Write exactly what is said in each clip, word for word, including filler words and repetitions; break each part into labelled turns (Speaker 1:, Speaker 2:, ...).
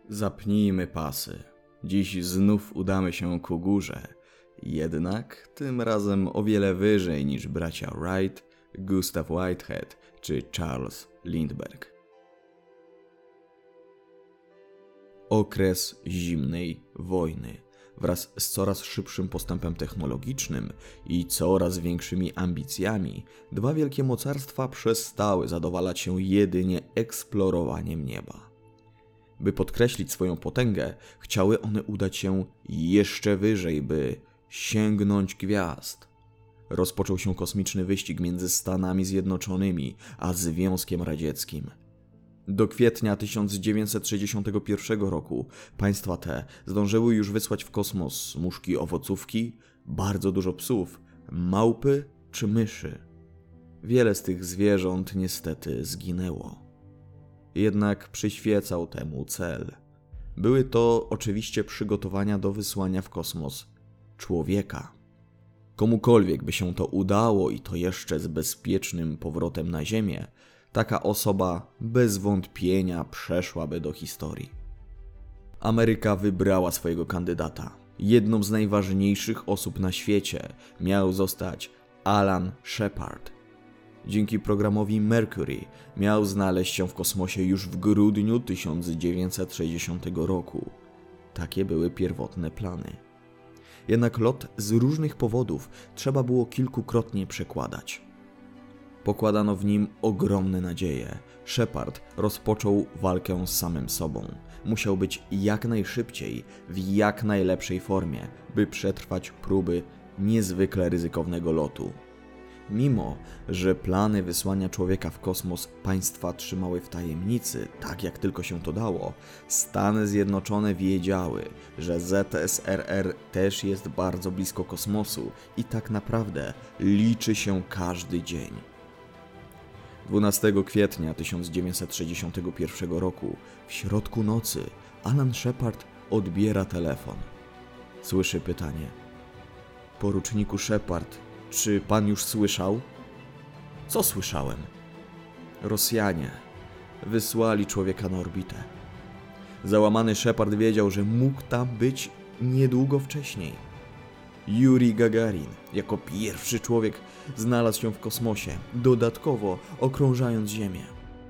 Speaker 1: Zapnijmy pasy. Dziś znów udamy się ku górze. Jednak tym razem o wiele wyżej niż bracia Wright, Gustav Whitehead czy Charles Lindbergh. Okres zimnej wojny. Wraz z coraz szybszym postępem technologicznym i coraz większymi ambicjami, dwa wielkie mocarstwa przestały zadowalać się jedynie eksplorowaniem nieba. By podkreślić swoją potęgę, chciały one udać się jeszcze wyżej, by sięgnąć gwiazd. Rozpoczął się kosmiczny wyścig między Stanami Zjednoczonymi a Związkiem Radzieckim. Do kwietnia tysiąc dziewięćset sześćdziesiątego pierwszego roku państwa te zdążyły już wysłać w kosmos muszki owocówki, bardzo dużo psów, małpy czy myszy. Wiele z tych zwierząt niestety zginęło. Jednak przyświecał temu cel. Były to oczywiście przygotowania do wysłania w kosmos człowieka. Komukolwiek by się to udało i to jeszcze z bezpiecznym powrotem na Ziemię, taka osoba bez wątpienia przeszłaby do historii. Ameryka wybrała swojego kandydata. Jedną z najważniejszych osób na świecie miał zostać Alan Shepard. Dzięki programowi Mercury miał znaleźć się w kosmosie już w grudniu tysiąc dziewięćset sześćdziesiątego roku. Takie były pierwotne plany. Jednak lot z różnych powodów trzeba było kilkukrotnie przekładać. Pokładano w nim ogromne nadzieje. Shepard rozpoczął walkę z samym sobą. Musiał być jak najszybciej, w jak najlepszej formie, by przetrwać próby niezwykle ryzykownego lotu. Mimo że plany wysłania człowieka w kosmos państwa trzymały w tajemnicy, tak jak tylko się to dało, Stany Zjednoczone wiedziały, że Z S R R też jest bardzo blisko kosmosu i tak naprawdę liczy się każdy dzień. dwunastego kwietnia tysiąc dziewięćset sześćdziesiątego pierwszego roku, w środku nocy, Alan Shepard odbiera telefon. Słyszy pytanie. Poruczniku Shepard, czy pan już słyszał? Co słyszałem? Rosjanie wysłali człowieka na orbitę. Załamany Shepard wiedział, że mógł tam być niedługo wcześniej. Jurij Gagarin jako pierwszy człowiek znalazł się w kosmosie, dodatkowo okrążając Ziemię.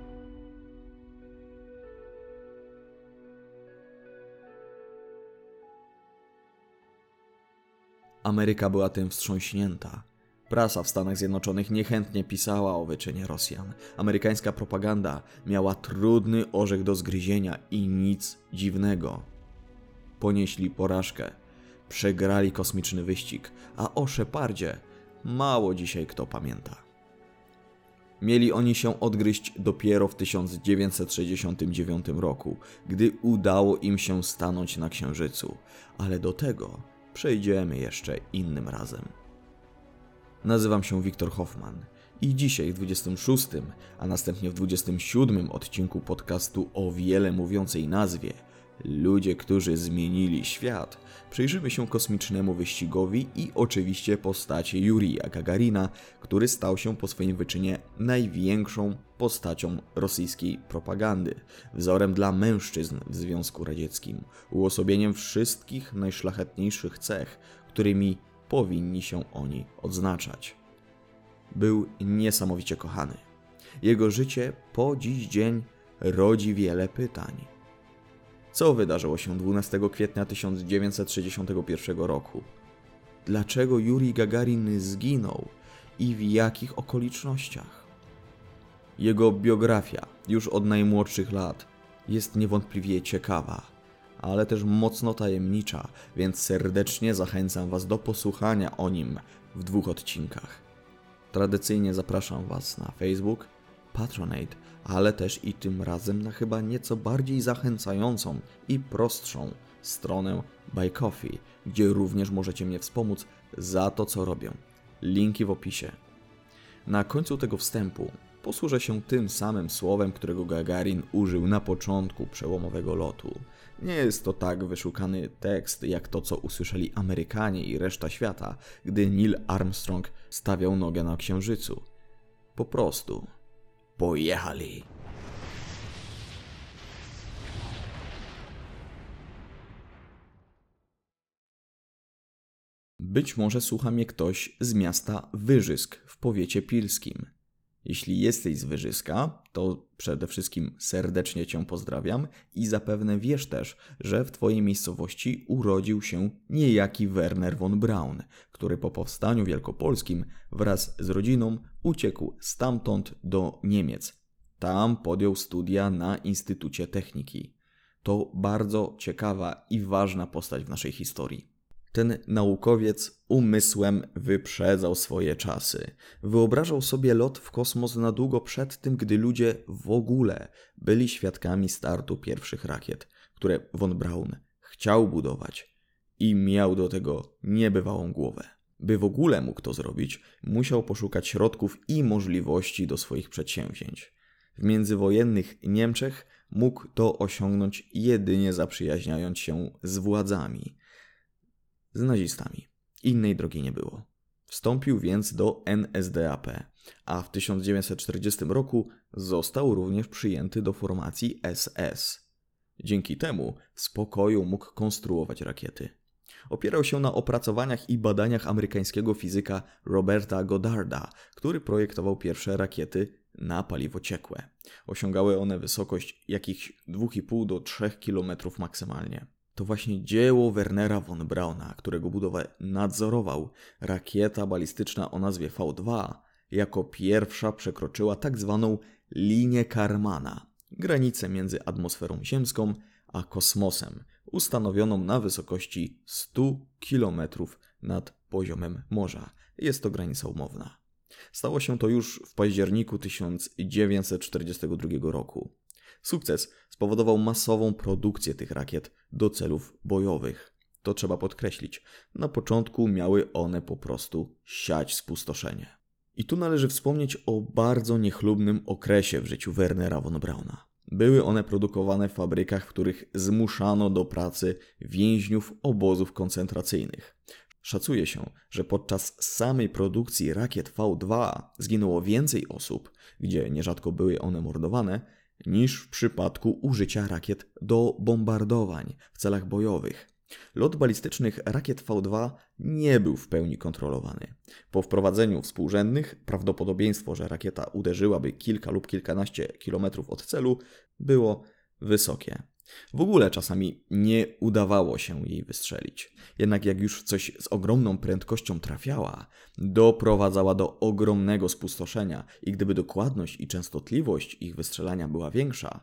Speaker 1: Ameryka była tym wstrząśnięta. Prasa w Stanach Zjednoczonych niechętnie pisała o wyczynie Rosjan. Amerykańska propaganda miała trudny orzech do zgryzienia i nic dziwnego. Ponieśli porażkę. Przegrali kosmiczny wyścig, a o Shepardzie mało dzisiaj kto pamięta. Mieli oni się odgryźć dopiero w tysiąc dziewięćset sześćdziesiątym dziewiątym roku, gdy udało im się stanąć na Księżycu, ale do tego przejdziemy jeszcze innym razem. Nazywam się Wiktor Hoffman i dzisiaj w dwudziestym szóstym, a następnie w dwudziestym siódmym odcinku podcastu o wiele mówiącej nazwie Ludzie, którzy zmienili świat, przyjrzymy się kosmicznemu wyścigowi i oczywiście postaci Jurija Gagarina, który stał się po swoim wyczynie największą postacią rosyjskiej propagandy, wzorem dla mężczyzn w Związku Radzieckim, uosobieniem wszystkich najszlachetniejszych cech, którymi powinni się oni odznaczać. Był niesamowicie kochany. Jego życie po dziś dzień rodzi wiele pytań. Co wydarzyło się dwunastego kwietnia tysiąc dziewięćset sześćdziesiątego pierwszego roku? Dlaczego Jurij Gagarin zginął i w jakich okolicznościach? Jego biografia już od najmłodszych lat jest niewątpliwie ciekawa, ale też mocno tajemnicza, więc serdecznie zachęcam Was do posłuchania o nim w dwóch odcinkach. Tradycyjnie zapraszam Was na Facebook, Patronite, ale też i tym razem na chyba nieco bardziej zachęcającą i prostszą stronę Buy Coffee, gdzie również możecie mnie wspomóc za to, co robię. Linki w opisie. Na końcu tego wstępu posłużę się tym samym słowem, którego Gagarin użył na początku przełomowego lotu. Nie jest to tak wyszukany tekst, jak to, co usłyszeli Amerykanie i reszta świata, gdy Neil Armstrong stawiał nogę na Księżycu. Po prostu pojechali. Być może słucha mnie ktoś z miasta Wyżysk w powiecie pilskim. Jeśli jesteś z Wyżyska, to przede wszystkim serdecznie Cię pozdrawiam i zapewne wiesz też, że w Twojej miejscowości urodził się niejaki Werner von Braun, który po powstaniu wielkopolskim wraz z rodziną uciekł stamtąd do Niemiec. Tam podjął studia na Instytucie Techniki. To bardzo ciekawa i ważna postać w naszej historii. Ten naukowiec umysłem wyprzedzał swoje czasy. Wyobrażał sobie lot w kosmos na długo przed tym, gdy ludzie w ogóle byli świadkami startu pierwszych rakiet, które von Braun chciał budować i miał do tego niebywałą głowę. By w ogóle mógł to zrobić, musiał poszukać środków i możliwości do swoich przedsięwzięć. W międzywojennych Niemczech mógł to osiągnąć jedynie zaprzyjaźniając się z władzami. Z nazistami. Innej drogi nie było. Wstąpił więc do N S D A P, a w tysiąc dziewięćset czterdziestym roku został również przyjęty do formacji S S. Dzięki temu w spokoju mógł konstruować rakiety. Opierał się na opracowaniach i badaniach amerykańskiego fizyka Roberta Goddarda, który projektował pierwsze rakiety na paliwo ciekłe. Osiągały one wysokość jakichś dwa i pół do trzech kilometrów maksymalnie. To właśnie dzieło Wernera von Brauna, którego budowę nadzorował, rakieta balistyczna o nazwie V dwa, jako pierwsza przekroczyła tak zwaną linię Karmana, granicę między atmosferą ziemską a kosmosem, ustanowioną na wysokości stu kilometrów nad poziomem morza. Jest to granica umowna. Stało się to już w październiku tysiąc dziewięćset czterdziestego drugiego roku. Sukces spowodował masową produkcję tych rakiet do celów bojowych. To trzeba podkreślić. Na początku miały one po prostu siać spustoszenie. I tu należy wspomnieć o bardzo niechlubnym okresie w życiu Wernera von Brauna. Były one produkowane w fabrykach, w których zmuszano do pracy więźniów obozów koncentracyjnych. Szacuje się, że podczas samej produkcji rakiet V dwa zginęło więcej osób, gdzie nierzadko były one mordowane, niż w przypadku użycia rakiet do bombardowań w celach bojowych. Lot balistycznych rakiet V dwa nie był w pełni kontrolowany. Po wprowadzeniu współrzędnych prawdopodobieństwo, że rakieta uderzyłaby kilka lub kilkanaście kilometrów od celu, było wysokie. W ogóle czasami nie udawało się jej wystrzelić. Jednak jak już coś z ogromną prędkością trafiała, doprowadzała do ogromnego spustoszenia i gdyby dokładność i częstotliwość ich wystrzelania była większa,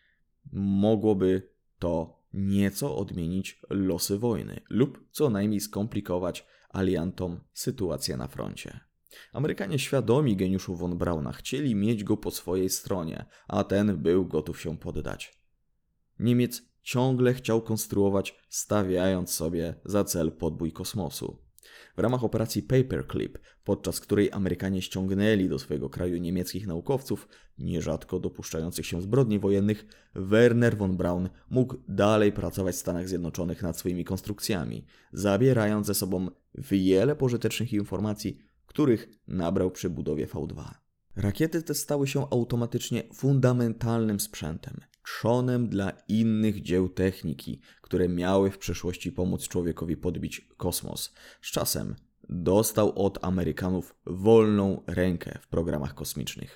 Speaker 1: mogłoby to nieco odmienić losy wojny lub co najmniej skomplikować aliantom sytuację na froncie. Amerykanie świadomi geniuszu von Brauna chcieli mieć go po swojej stronie, a ten był gotów się poddać. Niemiec ciągle chciał konstruować, stawiając sobie za cel podbój kosmosu. W ramach operacji Paperclip, podczas której Amerykanie ściągnęli do swojego kraju niemieckich naukowców, nierzadko dopuszczających się zbrodni wojennych, Werner von Braun mógł dalej pracować w Stanach Zjednoczonych nad swoimi konstrukcjami, zabierając ze sobą wiele pożytecznych informacji, których nabrał przy budowie V dwa. Rakiety te stały się automatycznie fundamentalnym sprzętem, trzonem dla innych dzieł techniki, które miały w przyszłości pomóc człowiekowi podbić kosmos. Z czasem dostał od Amerykanów wolną rękę w programach kosmicznych.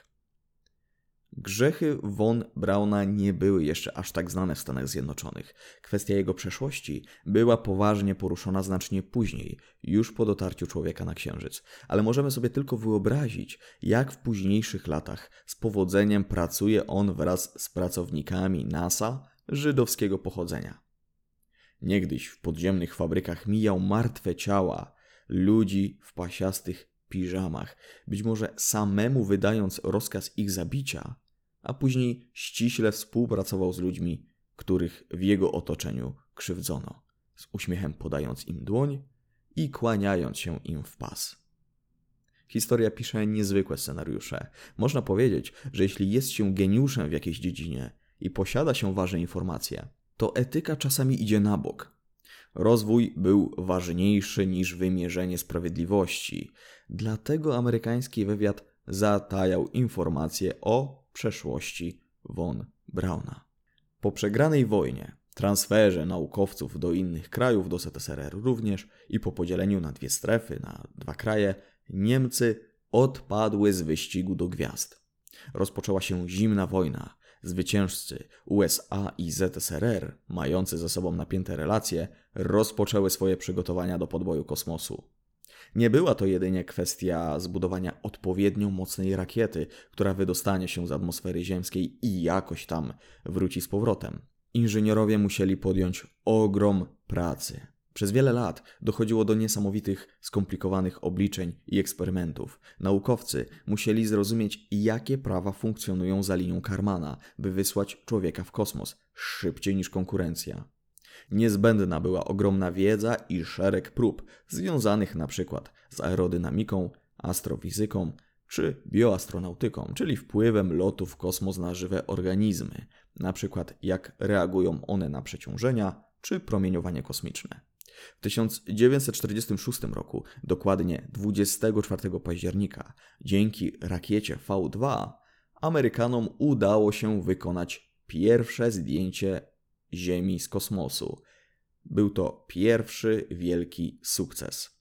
Speaker 1: Grzechy von Brauna nie były jeszcze aż tak znane w Stanach Zjednoczonych. Kwestia jego przeszłości była poważnie poruszona znacznie później, już po dotarciu człowieka na Księżyc. Ale możemy sobie tylko wyobrazić, jak w późniejszych latach z powodzeniem pracuje on wraz z pracownikami NASA żydowskiego pochodzenia. Niegdyś w podziemnych fabrykach mijał martwe ciała ludzi w pasiastych piżamach, być może samemu wydając rozkaz ich zabicia, a później ściśle współpracował z ludźmi, których w jego otoczeniu krzywdzono, z uśmiechem podając im dłoń i kłaniając się im w pas. Historia pisze niezwykłe scenariusze. Można powiedzieć, że jeśli jest się geniuszem w jakiejś dziedzinie i posiada się ważne informacje, to etyka czasami idzie na bok. Rozwój był ważniejszy niż wymierzenie sprawiedliwości. Dlatego amerykański wywiad zatajał informacje o przeszłości von Brauna. Po przegranej wojnie transferze naukowców do innych krajów, do Z S R R również i po podzieleniu na dwie strefy, na dwa kraje, Niemcy odpadły z wyścigu do gwiazd. Rozpoczęła się zimna wojna. Zwycięzcy U S A i Z S R R, mający ze sobą napięte relacje, rozpoczęły swoje przygotowania do podboju kosmosu. Nie była to jedynie kwestia zbudowania odpowiednio mocnej rakiety, która wydostanie się z atmosfery ziemskiej i jakoś tam wróci z powrotem. Inżynierowie musieli podjąć ogrom pracy. Przez wiele lat dochodziło do niesamowitych, skomplikowanych obliczeń i eksperymentów. Naukowcy musieli zrozumieć, jakie prawa funkcjonują za linią Karmana, by wysłać człowieka w kosmos szybciej niż konkurencja. Niezbędna była ogromna wiedza i szereg prób związanych na przykład z aerodynamiką, astrofizyką czy bioastronautyką, czyli wpływem lotu w kosmos na żywe organizmy, na przykład jak reagują one na przeciążenia czy promieniowanie kosmiczne. W tysiąc dziewięćset czterdziestym szóstym roku, dokładnie dwudziestego czwartego października, dzięki rakiecie V dwa, Amerykanom udało się wykonać pierwsze zdjęcie Ziemi z kosmosu. Był to pierwszy wielki sukces.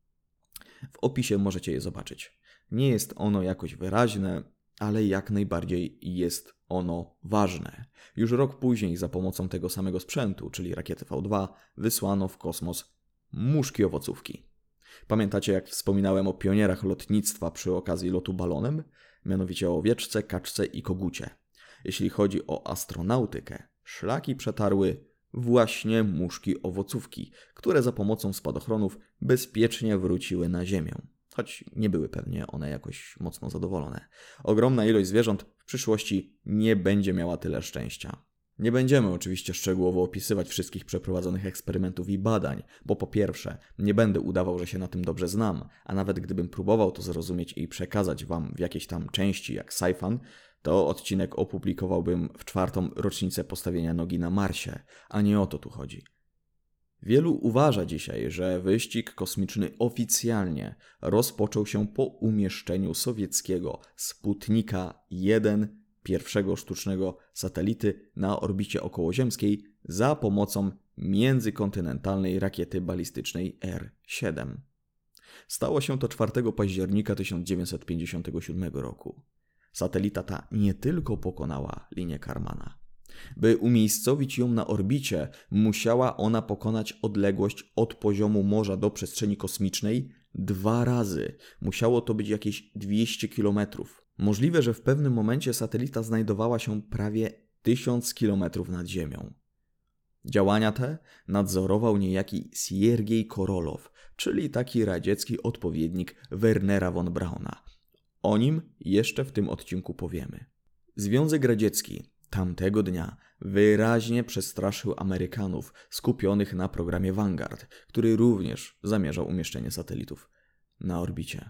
Speaker 1: W opisie możecie je zobaczyć. Nie jest ono jakoś wyraźne, ale jak najbardziej jest ono ważne. Już rok później za pomocą tego samego sprzętu, czyli rakiety V dwa, wysłano w kosmos muszki owocówki. Pamiętacie, jak wspominałem o pionierach lotnictwa przy okazji lotu balonem? Mianowicie o owieczce, kaczce i kogucie. Jeśli chodzi o astronautykę, szlaki przetarły właśnie muszki owocówki, które za pomocą spadochronów bezpiecznie wróciły na Ziemię. Choć nie były pewnie one jakoś mocno zadowolone. Ogromna ilość zwierząt w przyszłości nie będzie miała tyle szczęścia. Nie będziemy oczywiście szczegółowo opisywać wszystkich przeprowadzonych eksperymentów i badań, bo po pierwsze, nie będę udawał, że się na tym dobrze znam, a nawet gdybym próbował to zrozumieć i przekazać wam w jakiejś tam części jak Sci-Fan, to odcinek opublikowałbym w czwartą rocznicę postawienia nogi na Marsie, a nie o to tu chodzi. Wielu uważa dzisiaj, że wyścig kosmiczny oficjalnie rozpoczął się po umieszczeniu sowieckiego Sputnika jeden, pierwszego sztucznego satelity na orbicie okołoziemskiej za pomocą międzykontynentalnej rakiety balistycznej R siedem. Stało się to czwartego października tysiąc dziewięćset pięćdziesiątego siódmego roku. Satelita ta nie tylko pokonała linię Karmana. By umiejscowić ją na orbicie, musiała ona pokonać odległość od poziomu morza do przestrzeni kosmicznej dwa razy. Musiało to być jakieś dwieście kilometrów. Możliwe, że w pewnym momencie satelita znajdowała się prawie tysiąc kilometrów nad Ziemią. Działania te nadzorował niejaki Siergiej Korolow, czyli taki radziecki odpowiednik Wernera von Brauna. O nim jeszcze w tym odcinku powiemy. Związek Radziecki tamtego dnia wyraźnie przestraszył Amerykanów skupionych na programie Vanguard, który również zamierzał umieszczenie satelitów na orbicie.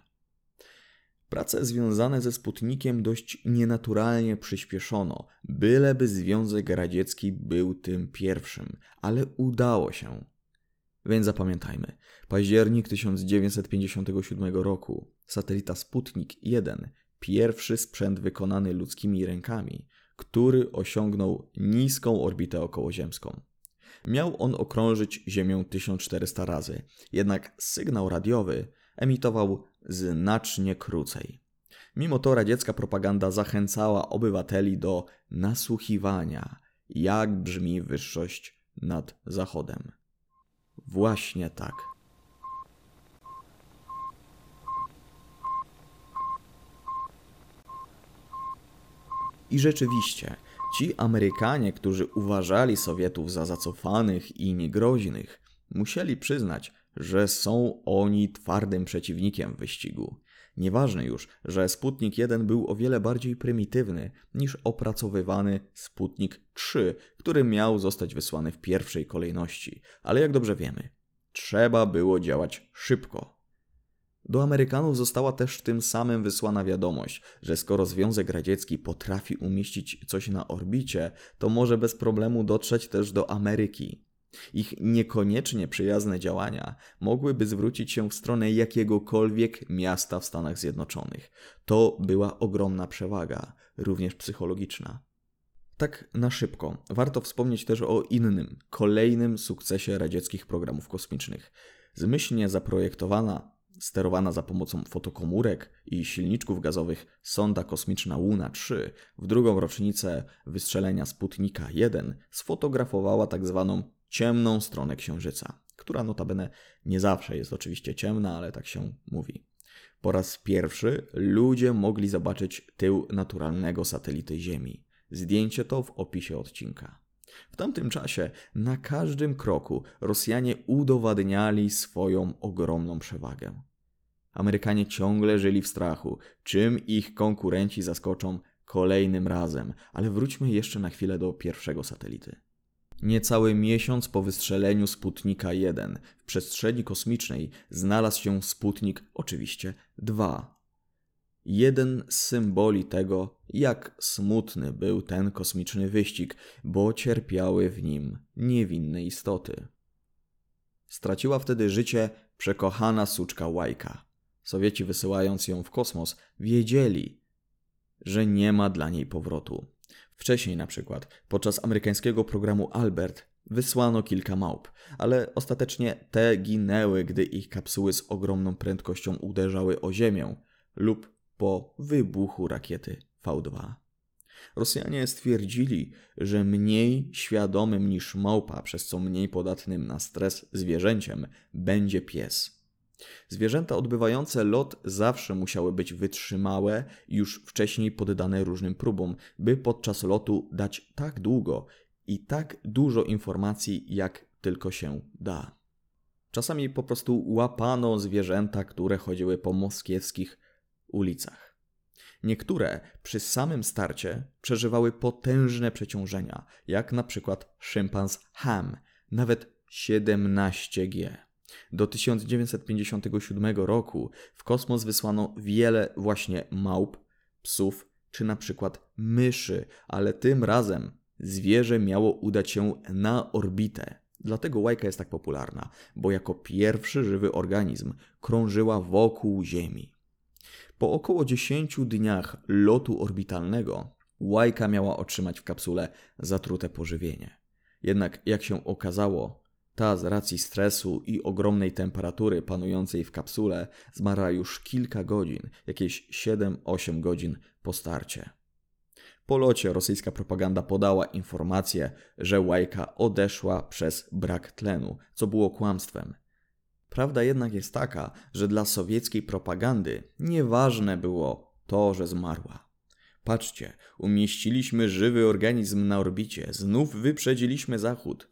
Speaker 1: Prace związane ze Sputnikiem dość nienaturalnie przyspieszono, byleby Związek Radziecki był tym pierwszym, ale udało się. Więc zapamiętajmy, październik tysiąc dziewięćset pięćdziesiątego siódmego roku, satelita Sputnik jeden, pierwszy sprzęt wykonany ludzkimi rękami, który osiągnął niską orbitę okołoziemską. Miał on okrążyć Ziemię tysiąc czterysta razy, jednak sygnał radiowy emitował znacznie krócej. Mimo to radziecka propaganda zachęcała obywateli do nasłuchiwania, jak brzmi wyższość nad Zachodem. Właśnie tak. I rzeczywiście, ci Amerykanie, którzy uważali Sowietów za zacofanych i niegroźnych, musieli przyznać, że są oni twardym przeciwnikiem w wyścigu. Nieważne już, że Sputnik jeden był o wiele bardziej prymitywny niż opracowywany Sputnik trzy, który miał zostać wysłany w pierwszej kolejności. Ale jak dobrze wiemy, trzeba było działać szybko. Do Amerykanów została też tym samym wysłana wiadomość, że skoro Związek Radziecki potrafi umieścić coś na orbicie, to może bez problemu dotrzeć też do Ameryki. Ich niekoniecznie przyjazne działania mogłyby zwrócić się w stronę jakiegokolwiek miasta w Stanach Zjednoczonych. To była ogromna przewaga, również psychologiczna. Tak na szybko, warto wspomnieć też o innym, kolejnym sukcesie radzieckich programów kosmicznych. Zmyślnie zaprojektowana, sterowana za pomocą fotokomórek i silniczków gazowych sonda kosmiczna Luna trzy w drugą rocznicę wystrzelenia Sputnika jeden sfotografowała tak zwaną ciemną stronę Księżyca, która notabene nie zawsze jest oczywiście ciemna, ale tak się mówi. Po raz pierwszy ludzie mogli zobaczyć tył naturalnego satelity Ziemi. Zdjęcie to w opisie odcinka. W tamtym czasie na każdym kroku Rosjanie udowadniali swoją ogromną przewagę. Amerykanie ciągle żyli w strachu, czym ich konkurenci zaskoczą kolejnym razem, ale wróćmy jeszcze na chwilę do pierwszego satelity. Niecały miesiąc po wystrzeleniu Sputnika jeden w przestrzeni kosmicznej znalazł się Sputnik, oczywiście, dwa. Jeden z symboli tego, jak smutny był ten kosmiczny wyścig, bo cierpiały w nim niewinne istoty. Straciła wtedy życie przekochana suczka Łajka. Sowieci, wysyłając ją w kosmos, wiedzieli, że nie ma dla niej powrotu. Wcześniej na przykład, podczas amerykańskiego programu Albert, wysłano kilka małp, ale ostatecznie te ginęły, gdy ich kapsuły z ogromną prędkością uderzały o Ziemię lub po wybuchu rakiety V dwa. Rosjanie stwierdzili, że mniej świadomym niż małpa, przez co mniej podatnym na stres zwierzęciem, będzie pies. Zwierzęta odbywające lot zawsze musiały być wytrzymałe i już wcześniej poddane różnym próbom, by podczas lotu dać tak długo i tak dużo informacji, jak tylko się da. Czasami po prostu łapano zwierzęta, które chodziły po moskiewskich ulicach. Niektóre przy samym starcie przeżywały potężne przeciążenia, jak na przykład szympans Ham, nawet siedemnaście G. Do tysiąc dziewięćset pięćdziesiątego siódmego roku w kosmos wysłano wiele właśnie małp, psów czy na przykład myszy, ale tym razem zwierzę miało udać się na orbitę. Dlatego Łajka jest tak popularna, bo jako pierwszy żywy organizm krążyła wokół Ziemi. Po około dziesięciu dniach lotu orbitalnego Łajka miała otrzymać w kapsule zatrute pożywienie. Jednak jak się okazało, ta z racji stresu i ogromnej temperatury panującej w kapsule zmarła już kilka godzin, jakieś siedem osiem godzin po starcie. Po locie rosyjska propaganda podała informację, że Łajka odeszła przez brak tlenu, co było kłamstwem. Prawda jednak jest taka, że dla sowieckiej propagandy nieważne było to, że zmarła. Patrzcie, umieściliśmy żywy organizm na orbicie, znów wyprzedziliśmy Zachód.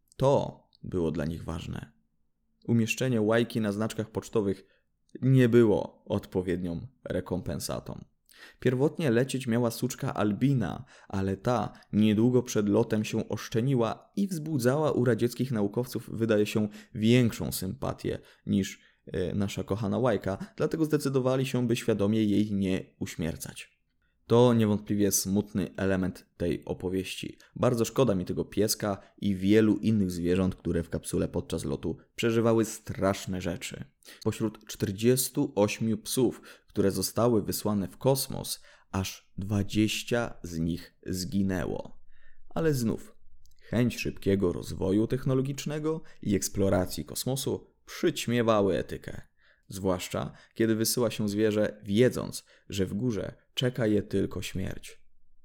Speaker 1: To było dla nich ważne. Umieszczenie Łajki na znaczkach pocztowych nie było odpowiednią rekompensatą. Pierwotnie lecieć miała suczka Albina, ale ta niedługo przed lotem się oszczeniła i wzbudzała u radzieckich naukowców, wydaje się, większą sympatię niż yy, nasza kochana Łajka, dlatego zdecydowali się, by świadomie jej nie uśmiercać. To niewątpliwie smutny element tej opowieści. Bardzo szkoda mi tego pieska i wielu innych zwierząt, które w kapsule podczas lotu przeżywały straszne rzeczy. Pośród czterdziestu ośmiu psów, które zostały wysłane w kosmos, aż dwadzieścia z nich zginęło. Ale znów, chęć szybkiego rozwoju technologicznego i eksploracji kosmosu przyćmiewały etykę. Zwłaszcza kiedy wysyła się zwierzę, wiedząc, że w górze czeka je tylko śmierć.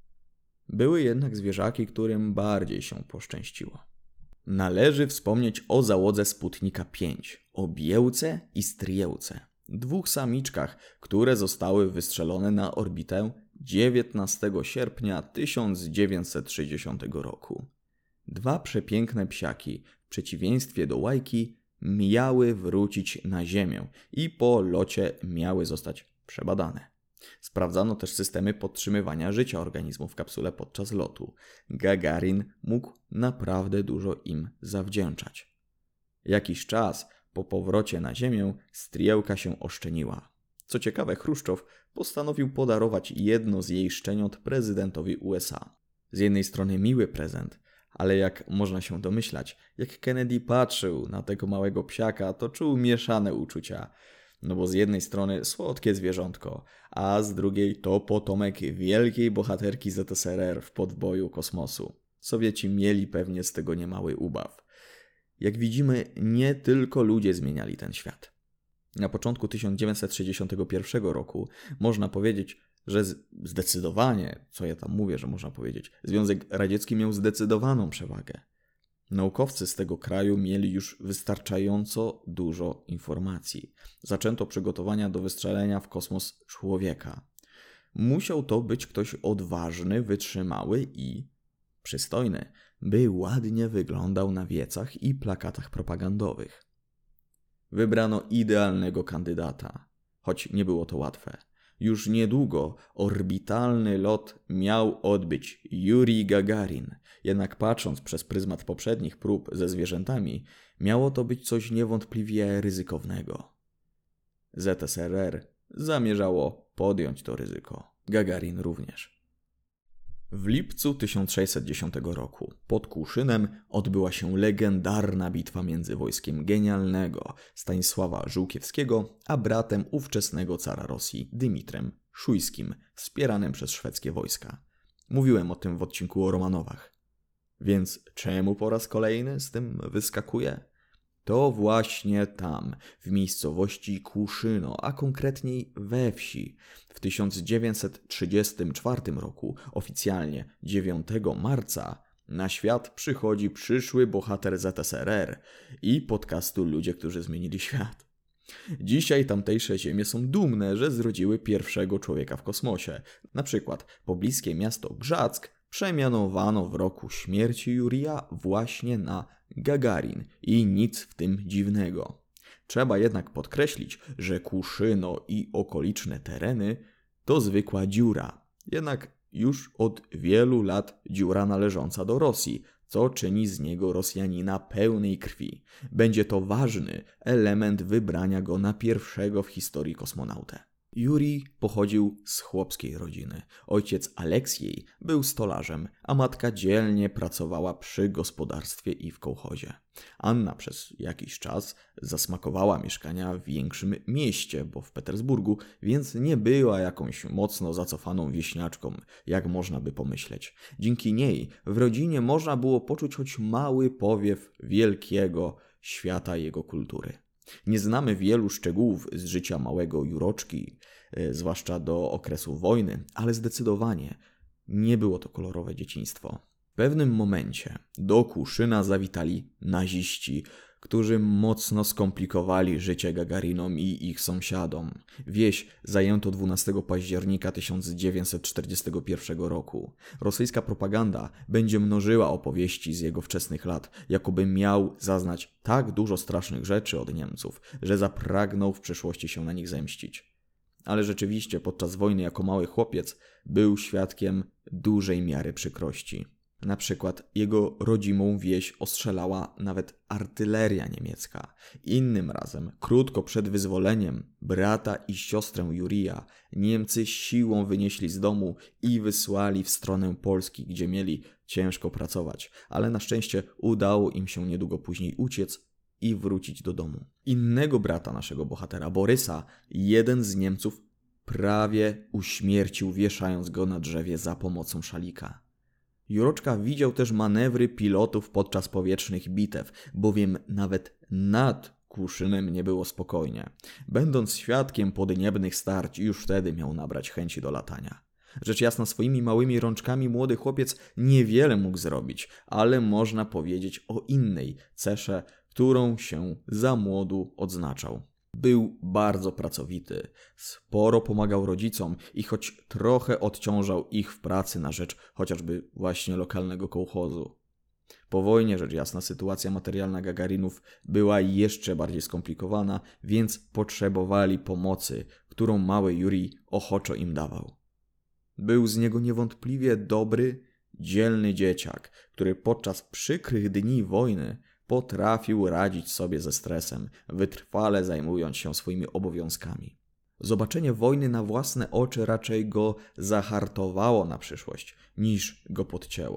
Speaker 1: Były jednak zwierzaki, którym bardziej się poszczęściło. Należy wspomnieć o załodze Sputnika pięć, o Biełce i Strijewce, dwóch samiczkach, które zostały wystrzelone na orbitę dziewiętnastego sierpnia tysiąc dziewięćset sześćdziesiątego roku. Dwa przepiękne psiaki, w przeciwieństwie do Łajki, miały wrócić na Ziemię i po locie miały zostać przebadane. Sprawdzano też systemy podtrzymywania życia organizmu w kapsule podczas lotu. Gagarin mógł naprawdę dużo im zawdzięczać. Jakiś czas po powrocie na Ziemię Strijewka się oszczeniła. Co ciekawe, Chruszczow postanowił podarować jedno z jej szczeniąt prezydentowi U S A. Z jednej strony miły prezent, ale jak można się domyślać, jak Kennedy patrzył na tego małego psiaka, to czuł mieszane uczucia. No bo z jednej strony słodkie zwierzątko, a z drugiej to potomek wielkiej bohaterki Z S R R w podboju kosmosu. Sowieci mieli pewnie z tego niemały ubaw. Jak widzimy, nie tylko ludzie zmieniali ten świat. Na początku tysiąc dziewięćset sześćdziesiątego pierwszego roku można powiedzieć, że zdecydowanie, co ja tam mówię, że można powiedzieć, Związek Radziecki miał zdecydowaną przewagę. Naukowcy z tego kraju mieli już wystarczająco dużo informacji. Zaczęto przygotowania do wystrzelenia w kosmos człowieka. Musiał to być ktoś odważny, wytrzymały i przystojny, by ładnie wyglądał na wiecach i plakatach propagandowych. Wybrano idealnego kandydata, choć nie było to łatwe. Już niedługo orbitalny lot miał odbyć Jurij Gagarin, jednak patrząc przez pryzmat poprzednich prób ze zwierzętami, miało to być coś niewątpliwie ryzykownego. Z S R R zamierzało podjąć to ryzyko. Gagarin również. W lipcu tysiąc sześćset dziesiątego roku pod Kłuszynem odbyła się legendarna bitwa między wojskiem genialnego Stanisława Żółkiewskiego a bratem ówczesnego cara Rosji Dymitrem Szujskim, wspieranym przez szwedzkie wojska. Mówiłem o tym w odcinku o Romanowach. Więc czemu po raz kolejny z tym wyskakuję? To właśnie tam, w miejscowości Kłuszyno, a konkretniej we wsi, w tysiąc dziewięćset trzydziestym czwartym roku, oficjalnie dziewiątego marca, na świat przychodzi przyszły bohater Z S R R i podcastu Ludzie, którzy zmienili świat. Dzisiaj tamtejsze ziemie są dumne, że zrodziły pierwszego człowieka w kosmosie. Na przykład pobliskie miasto Grzack przemianowano w roku śmierci Jurija właśnie na Gagarin i nic w tym dziwnego. Trzeba jednak podkreślić, że Kłuszyno i okoliczne tereny to zwykła dziura, jednak już od wielu lat dziura należąca do Rosji, co czyni z niego Rosjanina pełnej krwi. Będzie to ważny element wybrania go na pierwszego w historii kosmonautę. Jurij pochodził z chłopskiej rodziny. Ojciec Aleksiej był stolarzem, a matka dzielnie pracowała przy gospodarstwie i w kołchozie. Anna przez jakiś czas zasmakowała mieszkania w większym mieście, bo w Petersburgu, więc nie była jakąś mocno zacofaną wieśniaczką, jak można by pomyśleć. Dzięki niej w rodzinie można było poczuć choć mały powiew wielkiego świata jego kultury. Nie znamy wielu szczegółów z życia małego Juroczki, zwłaszcza do okresu wojny, ale zdecydowanie nie było to kolorowe dzieciństwo. W pewnym momencie do Kłuszyna zawitali naziści, którzy mocno skomplikowali życie Gagarinom i ich sąsiadom. Wieś zajęto dwunastego października tysiąc dziewięćset czterdziestego pierwszego roku. Rosyjska propaganda będzie mnożyła opowieści z jego wczesnych lat, jakoby miał zaznać tak dużo strasznych rzeczy od Niemców, że zapragnął w przyszłości się na nich zemścić. Ale rzeczywiście podczas wojny jako mały chłopiec był świadkiem dużej miary przykrości. Na przykład jego rodzimą wieś ostrzelała nawet artyleria niemiecka. Innym razem, krótko przed wyzwoleniem brata i siostrę Jurija, Niemcy siłą wynieśli z domu i wysłali w stronę Polski, gdzie mieli ciężko pracować, ale na szczęście udało im się niedługo później uciec i wrócić do domu. Innego brata naszego bohatera, Borysa, jeden z Niemców prawie uśmiercił, wieszając go na drzewie za pomocą szalika. Juroczka widział też manewry pilotów podczas powietrznych bitew, bowiem nawet nad Kłuszynem nie było spokojnie. Będąc świadkiem podniebnych starć, już wtedy miał nabrać chęci do latania. Rzecz jasna, swoimi małymi rączkami młody chłopiec niewiele mógł zrobić, ale można powiedzieć o innej cesze, którą się za młodu odznaczał. Był bardzo pracowity, sporo pomagał rodzicom i choć trochę odciążał ich w pracy na rzecz chociażby właśnie lokalnego kołchozu. Po wojnie, rzecz jasna, sytuacja materialna Gagarinów była jeszcze bardziej skomplikowana, więc potrzebowali pomocy, którą mały Jurij ochoczo im dawał. Był z niego niewątpliwie dobry, dzielny dzieciak, który podczas przykrych dni wojny potrafił radzić sobie ze stresem, wytrwale zajmując się swoimi obowiązkami. Zobaczenie wojny na własne oczy raczej go zahartowało na przyszłość, niż go podcięło.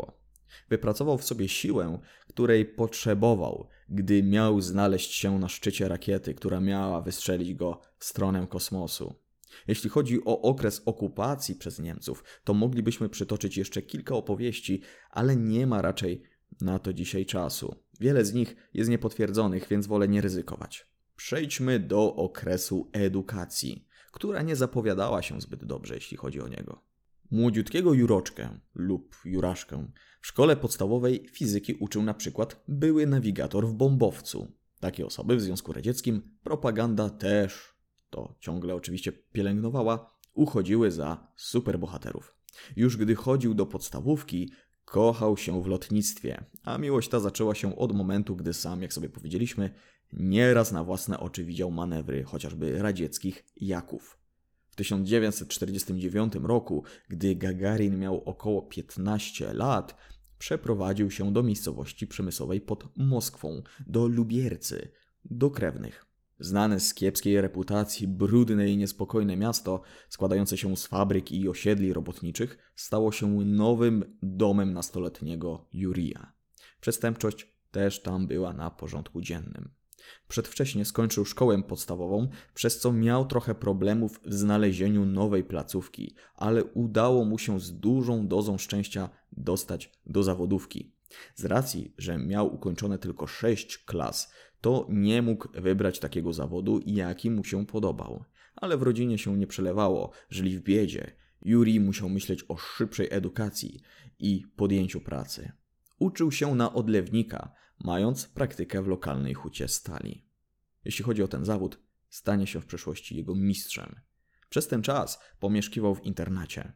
Speaker 1: Wypracował w sobie siłę, której potrzebował, gdy miał znaleźć się na szczycie rakiety, która miała wystrzelić go w stronę kosmosu. Jeśli chodzi o okres okupacji przez Niemców, to moglibyśmy przytoczyć jeszcze kilka opowieści, ale nie ma raczej na to dzisiaj czasu. Wiele z nich jest niepotwierdzonych, więc wolę nie ryzykować. Przejdźmy do okresu edukacji, która nie zapowiadała się zbyt dobrze, jeśli chodzi o niego. Młodziutkiego Juroczkę lub Juraszkę w szkole podstawowej fizyki uczył na przykład były nawigator w bombowcu. Takie osoby w Związku Radzieckim propaganda też, to ciągle oczywiście pielęgnowała, uchodziły za superbohaterów. Już gdy chodził do podstawówki, kochał się w lotnictwie, a miłość ta zaczęła się od momentu, gdy sam, jak sobie powiedzieliśmy, nieraz na własne oczy widział manewry chociażby radzieckich jaków. W tysiąc dziewięćset czterdziestym dziewiątym roku, gdy Gagarin miał około piętnaście lat, przeprowadził się do miejscowości przemysłowej pod Moskwą, do Lubiercy, do krewnych. Znane z kiepskiej reputacji brudne i niespokojne miasto, składające się z fabryk i osiedli robotniczych, stało się nowym domem nastoletniego Jurija. Przestępczość też tam była na porządku dziennym. Przedwcześnie skończył szkołę podstawową, przez co miał trochę problemów w znalezieniu nowej placówki, ale udało mu się z dużą dozą szczęścia dostać do zawodówki. Z racji, że miał ukończone tylko sześć klas, to nie mógł wybrać takiego zawodu, jaki mu się podobał. Ale w rodzinie się nie przelewało, żyli w biedzie. Jurij musiał myśleć o szybszej edukacji i podjęciu pracy. Uczył się na odlewnika, mając praktykę w lokalnej hucie stali. Jeśli chodzi o ten zawód, stanie się w przyszłości jego mistrzem. Przez ten czas pomieszkiwał w internacie.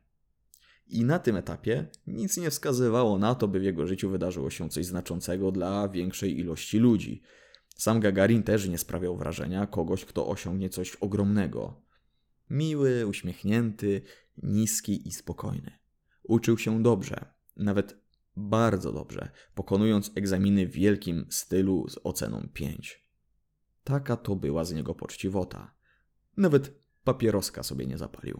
Speaker 1: I na tym etapie nic nie wskazywało na to, by w jego życiu wydarzyło się coś znaczącego dla większej ilości ludzi. Sam Gagarin też nie sprawiał wrażenia kogoś, kto osiągnie coś ogromnego. Miły, uśmiechnięty, niski i spokojny. Uczył się dobrze, nawet bardzo dobrze, pokonując egzaminy w wielkim stylu z oceną pięć. Taka to była z niego poczciwota. Nawet papieroska sobie nie zapalił.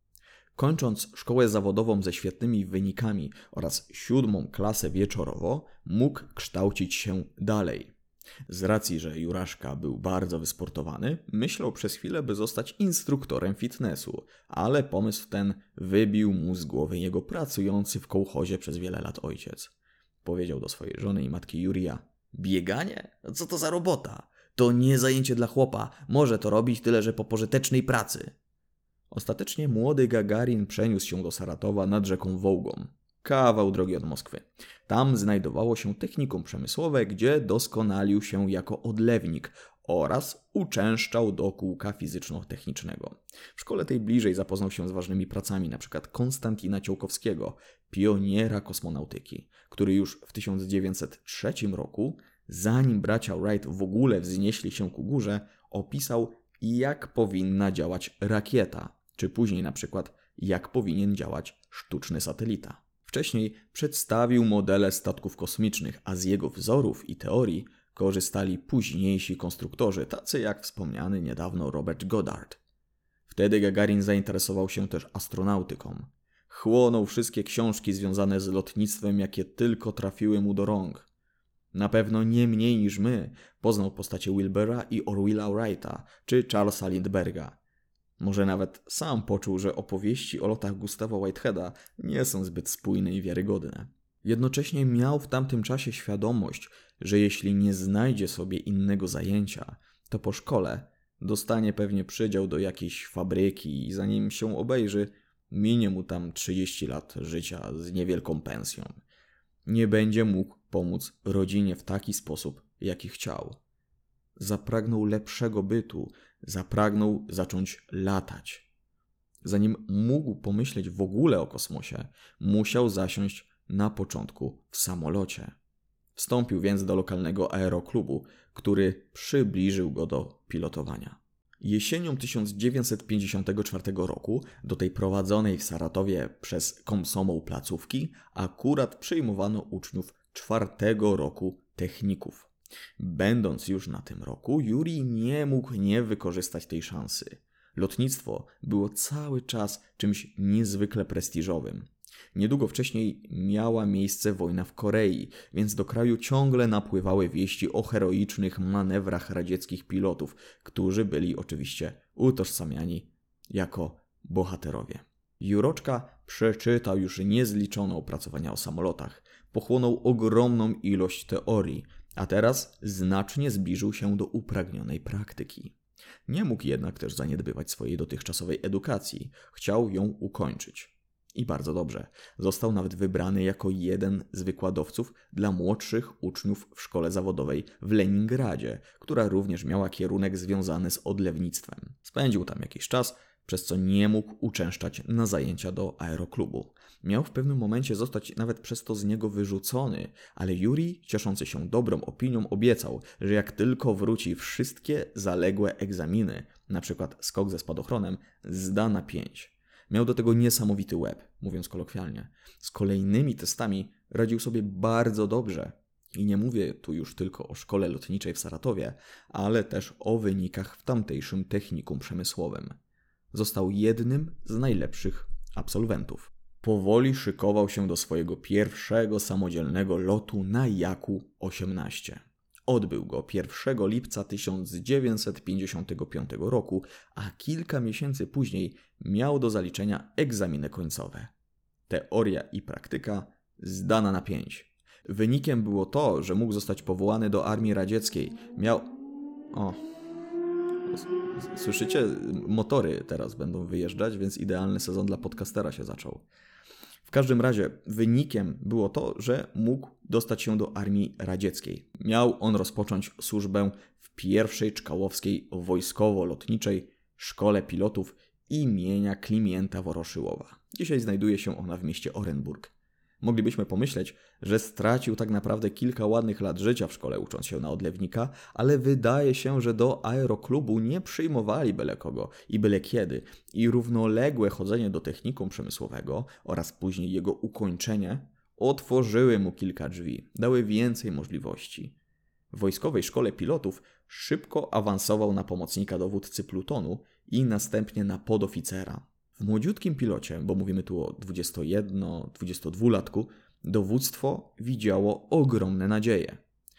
Speaker 1: Kończąc szkołę zawodową ze świetnymi wynikami oraz siódmą klasę wieczorowo, mógł kształcić się dalej. Z racji, że Juraszka był bardzo wysportowany, myślał przez chwilę, by zostać instruktorem fitnessu, ale pomysł ten wybił mu z głowy jego pracujący w kołchozie przez wiele lat ojciec. Powiedział do swojej żony i matki Jurija: bieganie? Co to za robota? To nie zajęcie dla chłopa, może to robić tyle, że po pożytecznej pracy. Ostatecznie młody Gagarin przeniósł się do Saratowa nad rzeką Wołgą. Kawał drogi od Moskwy. Tam znajdowało się technikum przemysłowe, gdzie doskonalił się jako odlewnik oraz uczęszczał do kółka fizyczno-technicznego. W szkole tej bliżej zapoznał się z ważnymi pracami, np. Konstantina Ciołkowskiego, pioniera kosmonautyki, który już w tysiąc dziewięćset trzecim roku, zanim bracia Wright w ogóle wznieśli się ku górze, opisał, jak powinna działać rakieta, czy później na przykład jak powinien działać sztuczny satelita. Wcześniej przedstawił modele statków kosmicznych, a z jego wzorów i teorii korzystali późniejsi konstruktorzy, tacy jak wspomniany niedawno Robert Goddard. Wtedy Gagarin zainteresował się też astronautyką. Chłonął wszystkie książki związane z lotnictwem, jakie tylko trafiły mu do rąk. Na pewno nie mniej niż my poznał postacie Wilbura i Orville'a Wrighta czy Charlesa Lindbergha. Może nawet sam poczuł, że opowieści o lotach Gustawa Whiteheada nie są zbyt spójne i wiarygodne. Jednocześnie miał w tamtym czasie świadomość, że jeśli nie znajdzie sobie innego zajęcia, to po szkole dostanie pewnie przydział do jakiejś fabryki i zanim się obejrzy, minie mu tam trzydzieści lat życia z niewielką pensją. Nie będzie mógł pomóc rodzinie w taki sposób, jaki chciał. Zapragnął lepszego bytu, zapragnął zacząć latać. Zanim mógł pomyśleć w ogóle o kosmosie, musiał zasiąść na początku w samolocie. Wstąpił więc do lokalnego aeroklubu, który przybliżył go do pilotowania. Jesienią tysiąc dziewięćset pięćdziesiątego czwartego roku do tej prowadzonej w Saratowie przez komsomol placówki akurat przyjmowano uczniów czwartego roku techników. Będąc już na tym roku, Jurij nie mógł nie wykorzystać tej szansy. Lotnictwo było cały czas czymś niezwykle prestiżowym. Niedługo wcześniej miała miejsce wojna w Korei, więc do kraju ciągle napływały wieści o heroicznych manewrach radzieckich pilotów, którzy byli oczywiście utożsamiani jako bohaterowie. Juroczka przeczytał już niezliczone opracowania o samolotach, pochłonął ogromną ilość teorii, a teraz znacznie zbliżył się do upragnionej praktyki. Nie mógł jednak też zaniedbywać swojej dotychczasowej edukacji, chciał ją ukończyć. I bardzo dobrze. Został nawet wybrany jako jeden z wykładowców dla młodszych uczniów w szkole zawodowej w Leningradzie, która również miała kierunek związany z odlewnictwem. Spędził tam jakiś czas, przez co nie mógł uczęszczać na zajęcia do aeroklubu. Miał w pewnym momencie zostać nawet przez to z niego wyrzucony, ale Jurij, cieszący się dobrą opinią, obiecał, że jak tylko wróci wszystkie zaległe egzaminy, np. skok ze spadochronem, zda na pięć. Miał do tego niesamowity łeb, mówiąc kolokwialnie. Z kolejnymi testami radził sobie bardzo dobrze. I nie mówię tu już tylko o szkole lotniczej w Saratowie, ale też o wynikach w tamtejszym technikum przemysłowym. Został jednym z najlepszych absolwentów. Powoli szykował się do swojego pierwszego samodzielnego lotu na Jaku osiemnaście. Odbył go pierwszego lipca tysiąc dziewięćset pięćdziesiątego piątego roku, a kilka miesięcy później miał do zaliczenia egzaminy końcowe. Teoria i praktyka zdana na pięć. Wynikiem było to, że mógł zostać powołany do armii radzieckiej. Miał... O... Słyszycie? Motory teraz będą wyjeżdżać, więc idealny sezon dla podcastera się zaczął. W każdym razie wynikiem było to, że mógł dostać się do armii radzieckiej. Miał on rozpocząć służbę w pierwszej czkałowskiej wojskowo-lotniczej szkole pilotów imienia Klimienta Woroszyłowa. Dzisiaj znajduje się ona w mieście Orenburg. Moglibyśmy pomyśleć, że stracił tak naprawdę kilka ładnych lat życia w szkole ucząc się na odlewnika, ale wydaje się, że do aeroklubu nie przyjmowali byle kogo i byle kiedy i równoległe chodzenie do technikum przemysłowego oraz później jego ukończenie otworzyły mu kilka drzwi, dały więcej możliwości. W wojskowej szkole pilotów szybko awansował na pomocnika dowódcy plutonu i następnie na podoficera. W młodziutkim pilocie, bo mówimy tu o dwudziesto-jedno dwudziestodwulatku, dowództwo widziało ogromne nadzieje.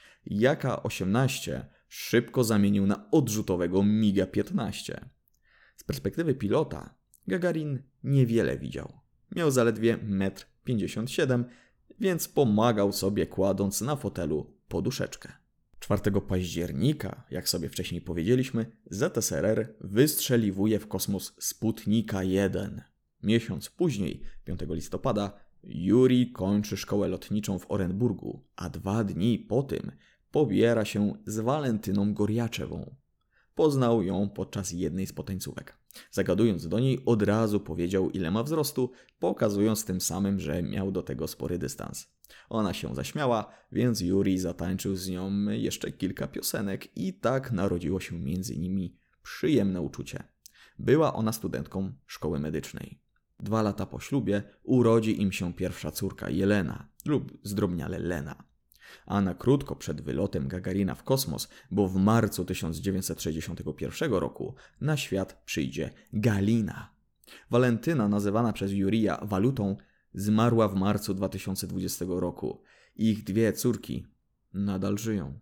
Speaker 1: Jaka osiemnaście szybko zamienił na odrzutowego miga piętnaście. Z perspektywy pilota Gagarin niewiele widział. Miał zaledwie metr pięćdziesiąt siedem, więc pomagał sobie kładąc na fotelu poduszeczkę. czwartego października, jak sobie wcześniej powiedzieliśmy, Z S R R wystrzeliwuje w kosmos Sputnika jeden. Miesiąc później, piątego listopada, Jurij kończy szkołę lotniczą w Orenburgu, a dwa dni po tym pobiera się z Walentyną Gorjaczewą. Poznał ją podczas jednej z potańcówek. Zagadując do niej, od razu powiedział, ile ma wzrostu, pokazując tym samym, że miał do tego spory dystans. Ona się zaśmiała, więc Jurij zatańczył z nią jeszcze kilka piosenek i tak narodziło się między nimi przyjemne uczucie. Była ona studentką szkoły medycznej. Dwa lata po ślubie urodzi im się pierwsza córka Jelena lub zdrobniale Lena. A na krótko przed wylotem Gagarina w kosmos, bo w marcu tysiąc dziewięćset sześćdziesiątego pierwszego roku na świat przyjdzie Galina. Walentyna, nazywana przez Jurija walutą, zmarła w marcu dwa tysiące dwudziestego roku. Ich dwie córki nadal żyją.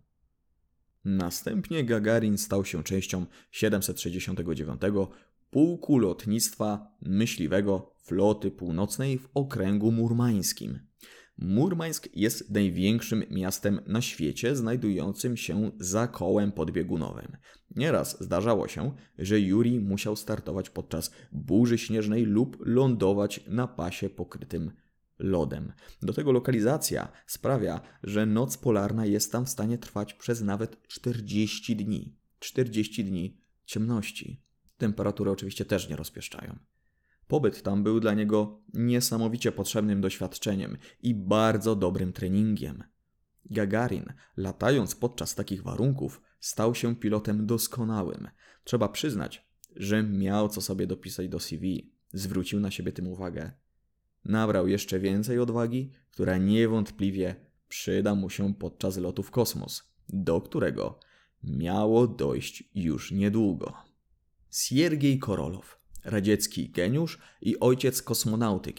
Speaker 1: Następnie Gagarin stał się częścią siedemset sześćdziesiątego dziewiątego Pułku Lotnictwa Myśliwego Floty Północnej w okręgu murmańskim. Murmańsk jest największym miastem na świecie znajdującym się za kołem podbiegunowym. Nieraz zdarzało się, że Jurij musiał startować podczas burzy śnieżnej lub lądować na pasie pokrytym lodem. Do tego lokalizacja sprawia, że noc polarna jest tam w stanie trwać przez nawet czterdzieści dni. czterdzieści dni ciemności. Temperatury oczywiście też nie rozpieszczają. Pobyt tam był dla niego niesamowicie potrzebnym doświadczeniem i bardzo dobrym treningiem. Gagarin, latając podczas takich warunków, stał się pilotem doskonałym. Trzeba przyznać, że miał co sobie dopisać do C V. Zwrócił na siebie tym uwagę. Nabrał jeszcze więcej odwagi, która niewątpliwie przyda mu się podczas lotu w kosmos, do którego miało dojść już niedługo. Siergiej Korolow, radziecki geniusz i ojciec kosmonautyki,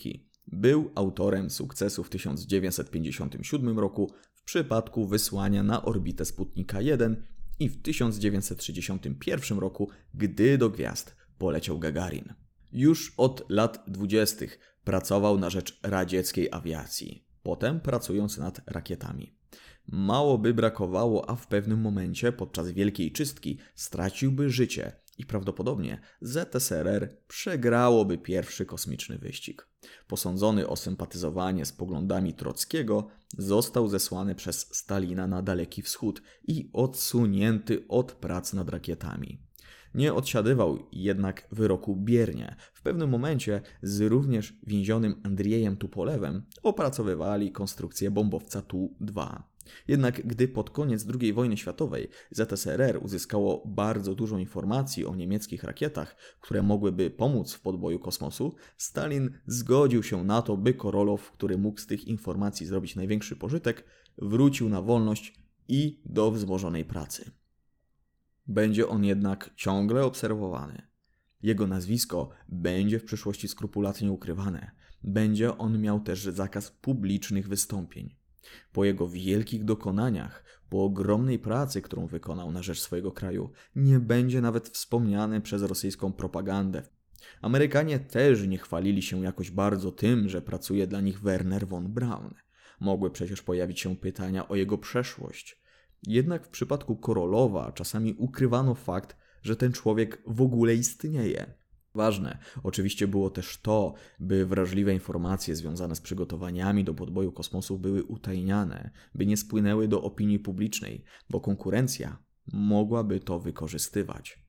Speaker 1: Był autorem sukcesu w tysiąc dziewięćset pięćdziesiątym siódmym roku w przypadku wysłania na orbitę Sputnika jeden i w tysiąc dziewięćset sześćdziesiątym pierwszym roku, gdy do gwiazd poleciał Gagarin. Już od lat dwudziestych pracował na rzecz radzieckiej awiacji, potem pracując nad rakietami. Mało by brakowało, a w pewnym momencie podczas Wielkiej Czystki straciłby życie i prawdopodobnie Z S R R przegrałoby pierwszy kosmiczny wyścig. Posądzony o sympatyzowanie z poglądami Trockiego, został zesłany przez Stalina na Daleki Wschód i odsunięty od prac nad rakietami. Nie odsiadywał jednak wyroku biernie. W pewnym momencie z również więzionym Andriejem Tupolewem opracowywali konstrukcję bombowca Tu dwa. Jednak gdy pod koniec drugiej wojny światowej Z S R R uzyskało bardzo dużo informacji o niemieckich rakietach, które mogłyby pomóc w podboju kosmosu, Stalin zgodził się na to, by Korolow, który mógł z tych informacji zrobić największy pożytek, wrócił na wolność i do wzmożonej pracy. Będzie on jednak ciągle obserwowany. Jego nazwisko będzie w przyszłości skrupulatnie ukrywane. Będzie on miał też zakaz publicznych wystąpień. Po jego wielkich dokonaniach, po ogromnej pracy, którą wykonał na rzecz swojego kraju, nie będzie nawet wspomniany przez rosyjską propagandę. Amerykanie też nie chwalili się jakoś bardzo tym, że pracuje dla nich Werner von Braun. Mogły przecież pojawić się pytania o jego przeszłość. Jednak w przypadku Korolowa czasami ukrywano fakt, że ten człowiek w ogóle istnieje. Ważne oczywiście było też to, by wrażliwe informacje związane z przygotowaniami do podboju kosmosu były utajniane, by nie spłynęły do opinii publicznej, bo konkurencja mogłaby to wykorzystywać.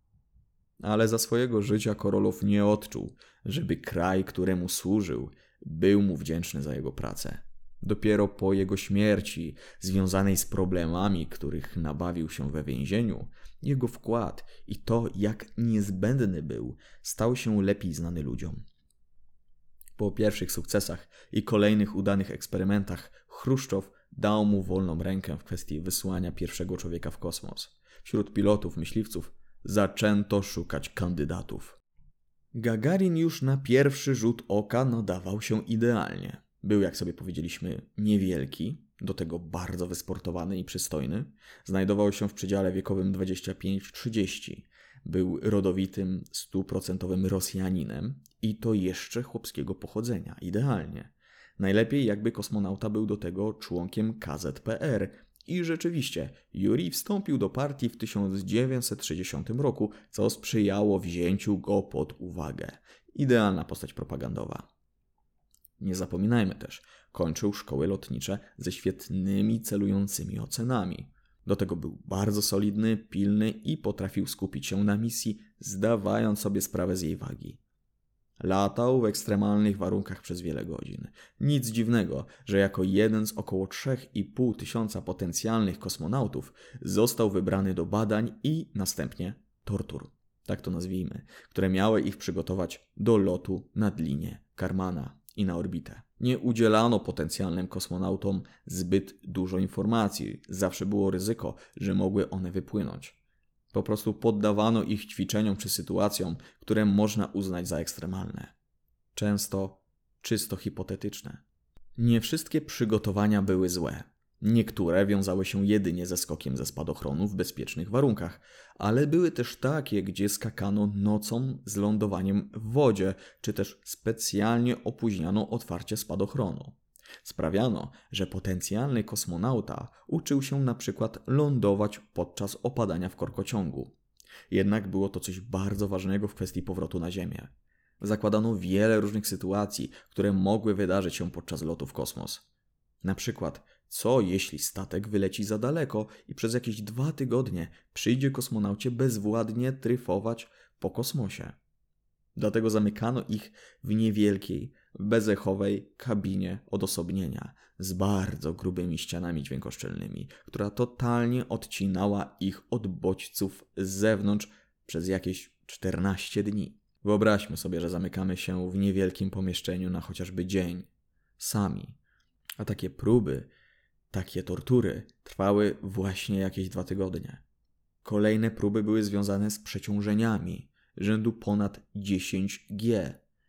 Speaker 1: Ale za swojego życia Korolow nie odczuł, żeby kraj, któremu służył, był mu wdzięczny za jego pracę. Dopiero po jego śmierci, związanej z problemami, których nabawił się we więzieniu, jego wkład i to, jak niezbędny był, stał się lepiej znany ludziom. Po pierwszych sukcesach i kolejnych udanych eksperymentach Chruszczow dał mu wolną rękę w kwestii wysłania pierwszego człowieka w kosmos. Wśród pilotów, myśliwców zaczęto szukać kandydatów. Gagarin już na pierwszy rzut oka nadawał się idealnie. Był, jak sobie powiedzieliśmy, niewielki, do tego bardzo wysportowany i przystojny. Znajdował się w przedziale wiekowym dwadzieścia pięć trzydzieści. Był rodowitym, stuprocentowym Rosjaninem i to jeszcze chłopskiego pochodzenia. Idealnie. Najlepiej jakby kosmonauta był do tego członkiem K Z P R. I rzeczywiście, Jurij wstąpił do partii w tysiąc dziewięćset sześćdziesiątym roku, co sprzyjało wzięciu go pod uwagę. Idealna postać propagandowa. Nie zapominajmy też, kończył szkoły lotnicze ze świetnymi celującymi ocenami. Do tego był bardzo solidny, pilny i potrafił skupić się na misji, zdawając sobie sprawę z jej wagi. Latał w ekstremalnych warunkach przez wiele godzin. Nic dziwnego, że jako jeden z około trzech i pół tysiąca potencjalnych kosmonautów został wybrany do badań i następnie tortur, tak to nazwijmy, które miały ich przygotować do lotu nad linię Karmana i na orbitę. Nie udzielano potencjalnym kosmonautom zbyt dużo informacji. Zawsze było ryzyko, że mogły one wypłynąć. Po prostu poddawano ich ćwiczeniom czy sytuacjom, które można uznać za ekstremalne. Często czysto hipotetyczne. Nie wszystkie przygotowania były złe. Niektóre wiązały się jedynie ze skokiem ze spadochronu w bezpiecznych warunkach, ale były też takie, gdzie skakano nocą z lądowaniem w wodzie, czy też specjalnie opóźniano otwarcie spadochronu. Sprawiano, że potencjalny kosmonauta uczył się na przykład lądować podczas opadania w korkociągu. Jednak było to coś bardzo ważnego w kwestii powrotu na Ziemię. Zakładano wiele różnych sytuacji, które mogły wydarzyć się podczas lotu w kosmos. Na przykład, co jeśli statek wyleci za daleko i przez jakieś dwa tygodnie przyjdzie kosmonaucie bezwładnie dryfować po kosmosie? Dlatego zamykano ich w niewielkiej, bezechowej kabinie odosobnienia z bardzo grubymi ścianami dźwiękoszczelnymi, która totalnie odcinała ich od bodźców z zewnątrz przez jakieś czternaście dni. Wyobraźmy sobie, że zamykamy się w niewielkim pomieszczeniu na chociażby dzień, sami. A takie próby, takie tortury trwały właśnie jakieś dwa tygodnie. Kolejne próby były związane z przeciążeniami rzędu ponad dziesięć G.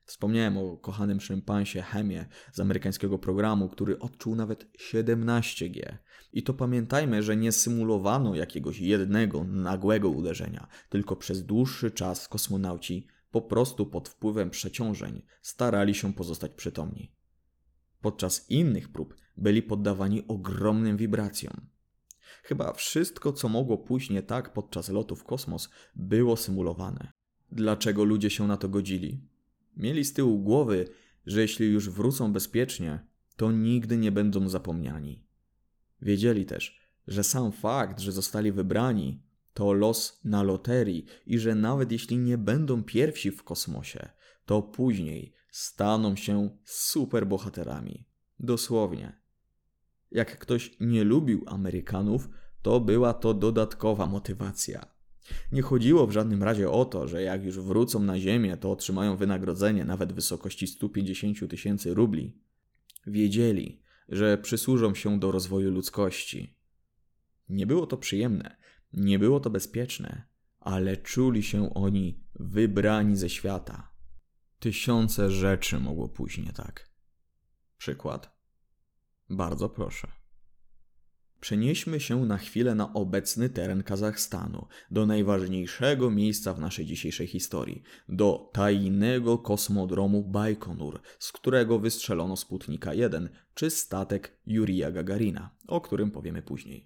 Speaker 1: Wspomniałem o kochanym szympansie Hemie z amerykańskiego programu, który odczuł nawet siedemnaście G. I to pamiętajmy, że nie symulowano jakiegoś jednego nagłego uderzenia, tylko przez dłuższy czas kosmonauci po prostu pod wpływem przeciążeń starali się pozostać przytomni. Podczas innych prób byli poddawani ogromnym wibracjom. Chyba wszystko, co mogło pójść nie tak podczas lotu w kosmos, było symulowane. Dlaczego ludzie się na to godzili? Mieli z tyłu głowy, że jeśli już wrócą bezpiecznie, to nigdy nie będą zapomniani. Wiedzieli też, że sam fakt, że zostali wybrani, to los na loterii i że nawet jeśli nie będą pierwsi w kosmosie, to później staną się superbohaterami. Dosłownie. Jak ktoś nie lubił Amerykanów, to była to dodatkowa motywacja. Nie chodziło w żadnym razie o to, że jak już wrócą na Ziemię, to otrzymają wynagrodzenie nawet w wysokości sto pięćdziesiąt tysięcy rubli. Wiedzieli, że przysłużą się do rozwoju ludzkości. Nie było to przyjemne, nie było to bezpieczne, ale czuli się oni wybrani ze świata. Tysiące rzeczy mogło pójść nie tak. Przykład? Bardzo proszę. Przenieśmy się na chwilę na obecny teren Kazachstanu, do najważniejszego miejsca w naszej dzisiejszej historii, do tajnego kosmodromu Bajkonur, z którego wystrzelono Sputnika jeden, czy statek Jurija Gagarina, o którym powiemy później.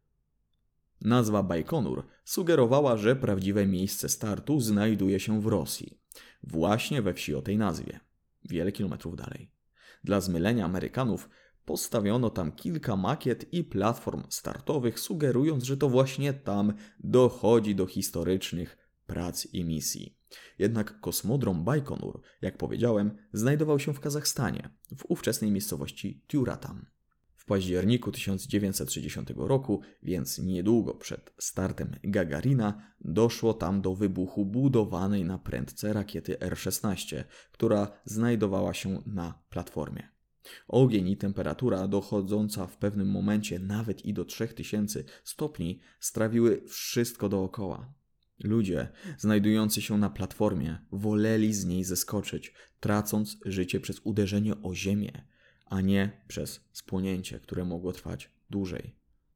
Speaker 1: Nazwa Bajkonur sugerowała, że prawdziwe miejsce startu znajduje się w Rosji, właśnie we wsi o tej nazwie, wiele kilometrów dalej. Dla zmylenia Amerykanów postawiono tam kilka makiet i platform startowych, sugerując, że to właśnie tam dochodzi do historycznych prac i misji. Jednak kosmodrom Bajkonur, jak powiedziałem, znajdował się w Kazachstanie, w ówczesnej miejscowości Tyuratam. W październiku tysiąc dziewięćset sześćdziesiątego roku, więc niedługo przed startem Gagarina, doszło tam do wybuchu budowanej na prędce rakiety R szesnaście, która znajdowała się na platformie. Ogień i temperatura dochodząca w pewnym momencie nawet i do trzech tysięcy stopni strawiły wszystko dookoła. Ludzie znajdujący się na platformie woleli z niej zeskoczyć, tracąc życie przez uderzenie o ziemię, a nie przez spłonięcie, które mogło trwać dłużej.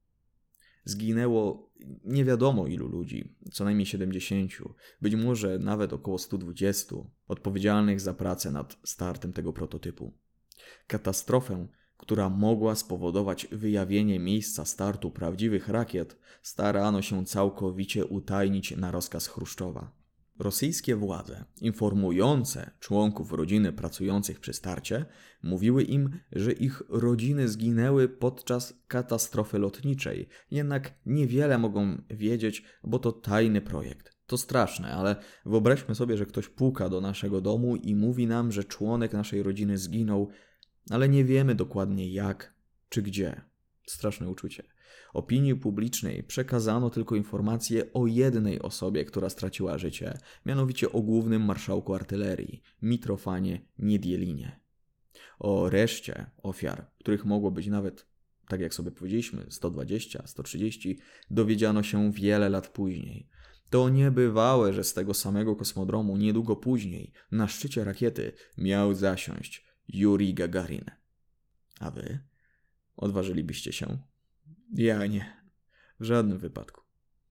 Speaker 1: Zginęło nie wiadomo ilu ludzi, co najmniej siedemdziesięciu, być może nawet około stu dwudziestu, odpowiedzialnych za pracę nad startem tego prototypu. Katastrofę, która mogła spowodować wyjawienie miejsca startu prawdziwych rakiet, starano się całkowicie utajnić na rozkaz Chruszczowa. Rosyjskie władze, informujące członków rodziny pracujących przy starcie, mówiły im, że ich rodziny zginęły podczas katastrofy lotniczej, jednak niewiele mogą wiedzieć, bo to tajny projekt. To straszne, ale wyobraźmy sobie, że ktoś puka do naszego domu i mówi nam, że członek naszej rodziny zginął, ale nie wiemy dokładnie jak czy gdzie. Straszne uczucie. Opinii publicznej przekazano tylko informacje o jednej osobie, która straciła życie, mianowicie o głównym marszałku artylerii, Mitrofanie Niedielinie. O reszcie ofiar, których mogło być nawet, tak jak sobie powiedzieliśmy, sto dwadzieścia, sto trzydzieści, dowiedziano się wiele lat później. To niebywałe, że z tego samego kosmodromu niedługo później, na szczycie rakiety, miał zasiąść Jurij Gagarin. A wy? Odważylibyście się? Ja nie. W żadnym wypadku.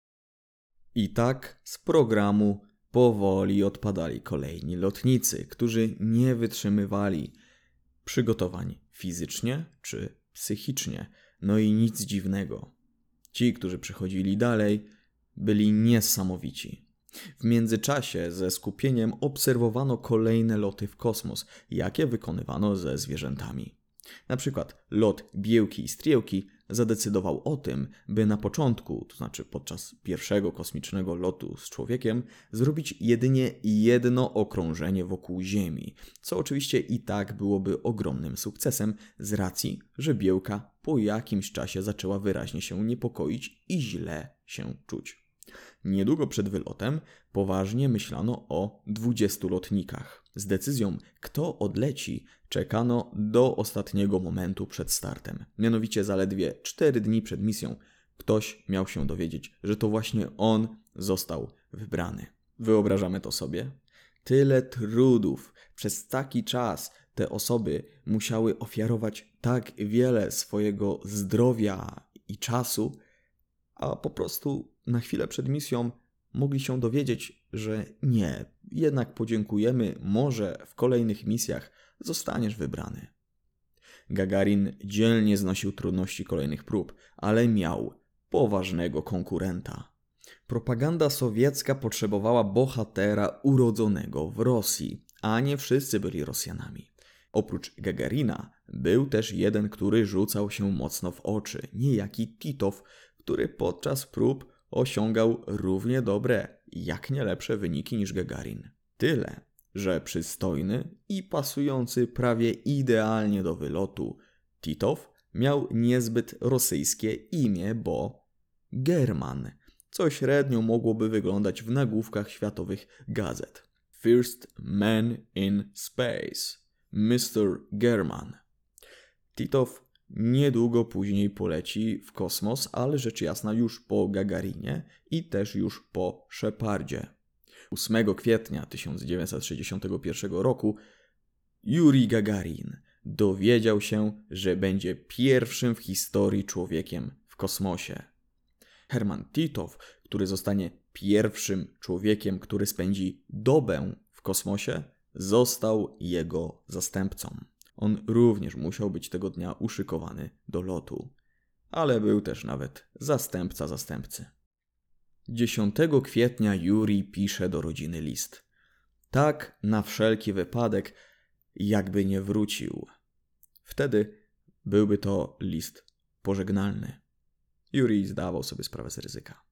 Speaker 1: I tak z programu powoli odpadali kolejni lotnicy, którzy nie wytrzymywali przygotowań fizycznie czy psychicznie. No i nic dziwnego. Ci, którzy przechodzili dalej, byli niesamowici. W międzyczasie ze skupieniem obserwowano kolejne loty w kosmos, jakie wykonywano ze zwierzętami. Na przykład lot Białki i Striełki zadecydował o tym, by na początku, to znaczy podczas pierwszego kosmicznego lotu z człowiekiem, zrobić jedynie jedno okrążenie wokół Ziemi, co oczywiście i tak byłoby ogromnym sukcesem z racji, że Białka po jakimś czasie zaczęła wyraźnie się niepokoić i źle się czuć. Niedługo przed wylotem poważnie myślano o dwudziestu lotnikach. Z decyzją, kto odleci, czekano do ostatniego momentu przed startem. Mianowicie zaledwie cztery dni przed misją ktoś miał się dowiedzieć, że to właśnie on został wybrany. Wyobrażamy to sobie? Tyle trudów, Przez taki czas te osoby musiały ofiarować tak wiele swojego zdrowia i czasu, a po prostu na chwilę przed misją mogli się dowiedzieć, że nie, jednak podziękujemy, może w kolejnych misjach zostaniesz wybrany. Gagarin dzielnie znosił trudności kolejnych prób, ale miał poważnego konkurenta. Propaganda sowiecka potrzebowała bohatera urodzonego w Rosji, a nie wszyscy byli Rosjanami. Oprócz Gagarina był też jeden, który rzucał się mocno w oczy, niejaki Titow, który podczas prób osiągał równie dobre, jak nie lepsze wyniki niż Gagarin. Tyle, że przystojny i pasujący prawie idealnie do wylotu Titow miał niezbyt rosyjskie imię, bo German, co średnio mogłoby wyglądać w nagłówkach światowych gazet. First Man in Space, mister German. Titow niedługo później poleci w kosmos, ale rzecz jasna już po Gagarinie i też już po Shepardzie. ósmego kwietnia tysiąc dziewięćset sześćdziesiątego pierwszego roku Jurij Gagarin dowiedział się, że będzie pierwszym w historii człowiekiem w kosmosie. Herman Titow, który zostanie pierwszym człowiekiem, który spędzi dobę w kosmosie, został jego zastępcą. On również musiał być tego dnia uszykowany do lotu, ale był też nawet zastępca zastępcy. dziesiątego kwietnia Jurij pisze do rodziny list. Tak na wszelki wypadek, jakby nie wrócił. Wtedy byłby to list pożegnalny. Jurij zdawał sobie sprawę z ryzyka.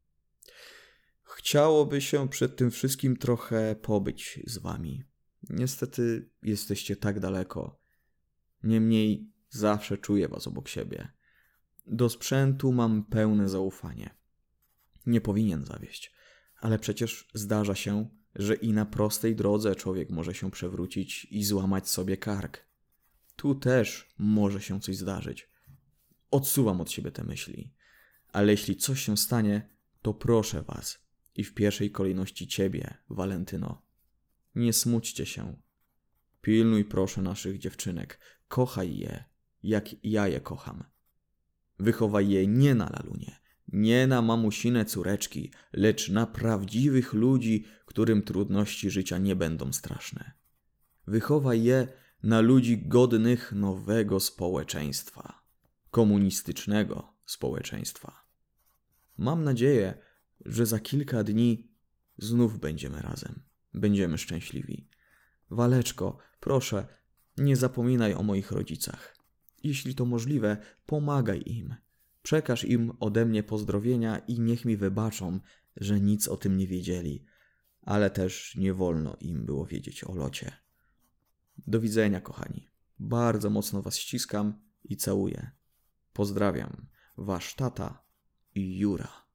Speaker 1: Chciałoby się przed tym wszystkim trochę pobyć z wami. Niestety jesteście tak daleko. Niemniej zawsze czuję was obok siebie. Do sprzętu mam pełne zaufanie. Nie powinien zawieść, ale przecież zdarza się, że i na prostej drodze człowiek może się przewrócić i złamać sobie kark. Tu też może się coś zdarzyć. Odsuwam od siebie te myśli. Ale jeśli coś się stanie, to proszę was i w pierwszej kolejności ciebie, Walentyno. Nie smućcie się. Pilnuj proszę naszych dziewczynek. Kochaj je, jak ja je kocham. Wychowaj je nie na lalunie, nie na mamusine córeczki, lecz na prawdziwych ludzi, którym trudności życia nie będą straszne. Wychowaj je na ludzi godnych nowego społeczeństwa, komunistycznego społeczeństwa. Mam nadzieję, że za kilka dni znów będziemy razem, będziemy szczęśliwi. Waleczko, proszę, nie zapominaj o moich rodzicach. Jeśli to możliwe, pomagaj im. Przekaż im ode mnie pozdrowienia i niech mi wybaczą, że nic o tym nie wiedzieli, ale też nie wolno im było wiedzieć o locie. Do widzenia, kochani. Bardzo mocno was ściskam i całuję. Pozdrawiam, wasz tata i Jura.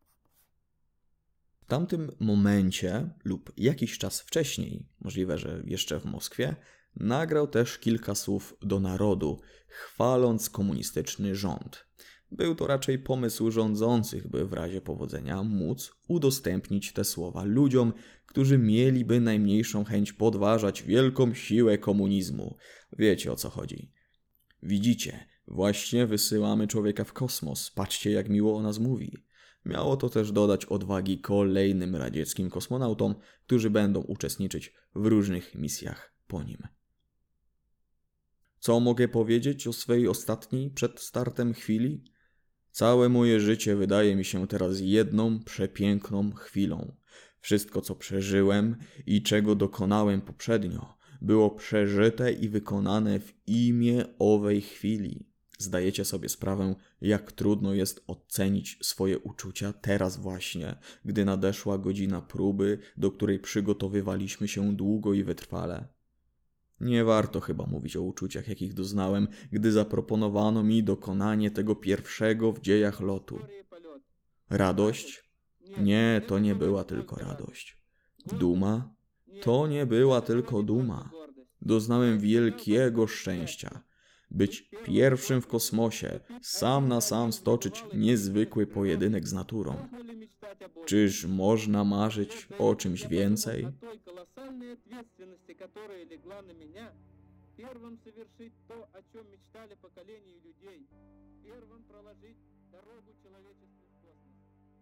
Speaker 1: W tamtym momencie lub jakiś czas wcześniej, możliwe, że jeszcze w Moskwie, nagrał też kilka słów do narodu, chwaląc komunistyczny rząd. Był to raczej pomysł rządzących, by w razie powodzenia móc udostępnić te słowa ludziom, którzy mieliby najmniejszą chęć podważać wielką siłę komunizmu. Wiecie, o co chodzi. Widzicie, właśnie wysyłamy człowieka w kosmos. Patrzcie, jak miło o nas mówi. Miało to też dodać odwagi kolejnym radzieckim kosmonautom, którzy będą uczestniczyć w różnych misjach po nim. Co mogę powiedzieć o swej ostatniej przed startem chwili? Całe moje życie wydaje mi się teraz jedną przepiękną chwilą. Wszystko, co przeżyłem i czego dokonałem poprzednio, było przeżyte i wykonane w imię owej chwili. Zdajecie sobie sprawę, jak trudno jest ocenić swoje uczucia teraz właśnie, gdy nadeszła godzina próby, do której przygotowywaliśmy się długo i wytrwale. Nie warto chyba mówić o uczuciach, jakich doznałem, gdy zaproponowano mi dokonanie tego pierwszego w dziejach lotu. Radość? Nie, to nie była tylko radość. Duma? To nie była tylko duma. Doznałem wielkiego szczęścia. Być pierwszym w kosmosie, sam na sam stoczyć niezwykły pojedynek z naturą. Czyż można marzyć o czymś więcej?
Speaker 2: Первым совершить то, о чем мечтали поколения людей, первым проложить дорогу человечеству в космос.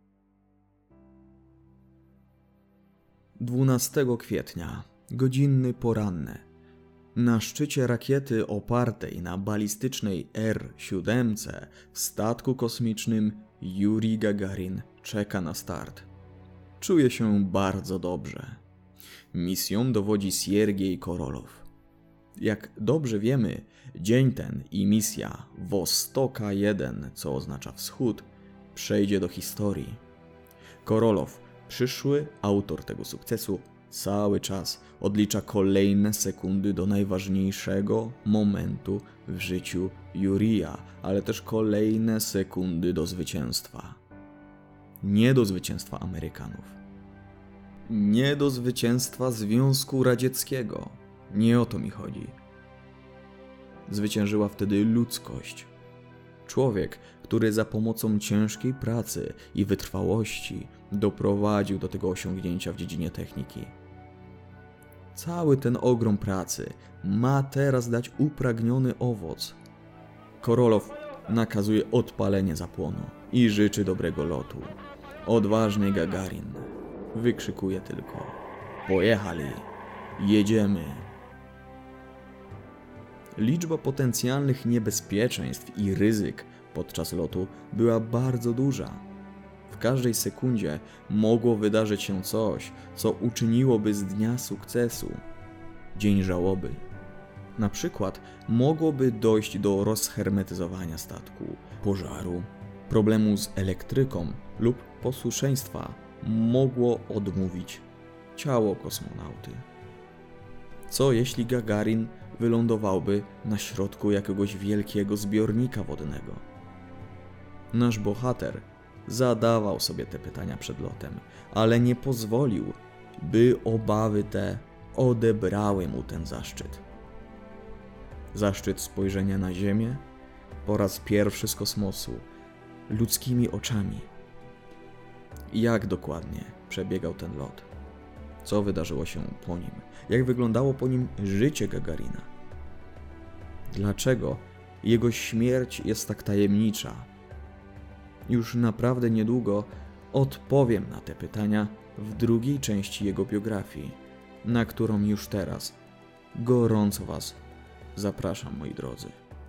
Speaker 1: dwunastego kwietnia, godziny poranne. Na szczycie rakiety opartej na balistycznej R siedem w statku kosmicznym Jurij Gagarin czeka na start. Czuje się bardzo dobrze. Misją dowodzi Siergiej Korolow. Jak dobrze wiemy, dzień ten i misja Wostoka jeden, co oznacza wschód, przejdzie do historii. Korolow, przyszły autor tego sukcesu, cały czas odlicza kolejne sekundy do najważniejszego momentu w życiu Jurija, ale też kolejne sekundy do zwycięstwa. Nie do zwycięstwa Amerykanów. Nie do zwycięstwa Związku Radzieckiego. Nie o to mi chodzi. Zwyciężyła wtedy ludzkość. Człowiek, który za pomocą ciężkiej pracy i wytrwałości doprowadził do tego osiągnięcia w dziedzinie techniki. Cały ten ogrom pracy ma teraz dać upragniony owoc. Korolow nakazuje odpalenie zapłonu i życzy dobrego lotu. Odważny Gagarin wykrzykuje tylko: pojechali, jedziemy. Liczba potencjalnych niebezpieczeństw i ryzyk podczas lotu była bardzo duża. W każdej sekundzie mogło wydarzyć się coś, co uczyniłoby z dnia sukcesu dzień żałoby. Na przykład mogłoby dojść do rozhermetyzowania statku, pożaru, problemu z elektryką lub posłuszeństwa mogło odmówić ciało kosmonauty. Co jeśli Gagarin wylądowałby na środku jakiegoś wielkiego zbiornika wodnego? Nasz bohater zadawał sobie te pytania przed lotem, ale nie pozwolił, by obawy te odebrały mu ten zaszczyt. Zaszczyt spojrzenia na Ziemię po raz pierwszy z kosmosu, ludzkimi oczami. Jak dokładnie przebiegał ten lot? Co wydarzyło się po nim? Jak wyglądało po nim życie Gagarina? Dlaczego jego śmierć jest tak tajemnicza? Już naprawdę niedługo odpowiem na te pytania w drugiej części jego biografii, na którą już teraz gorąco Was zapraszam, moi drodzy.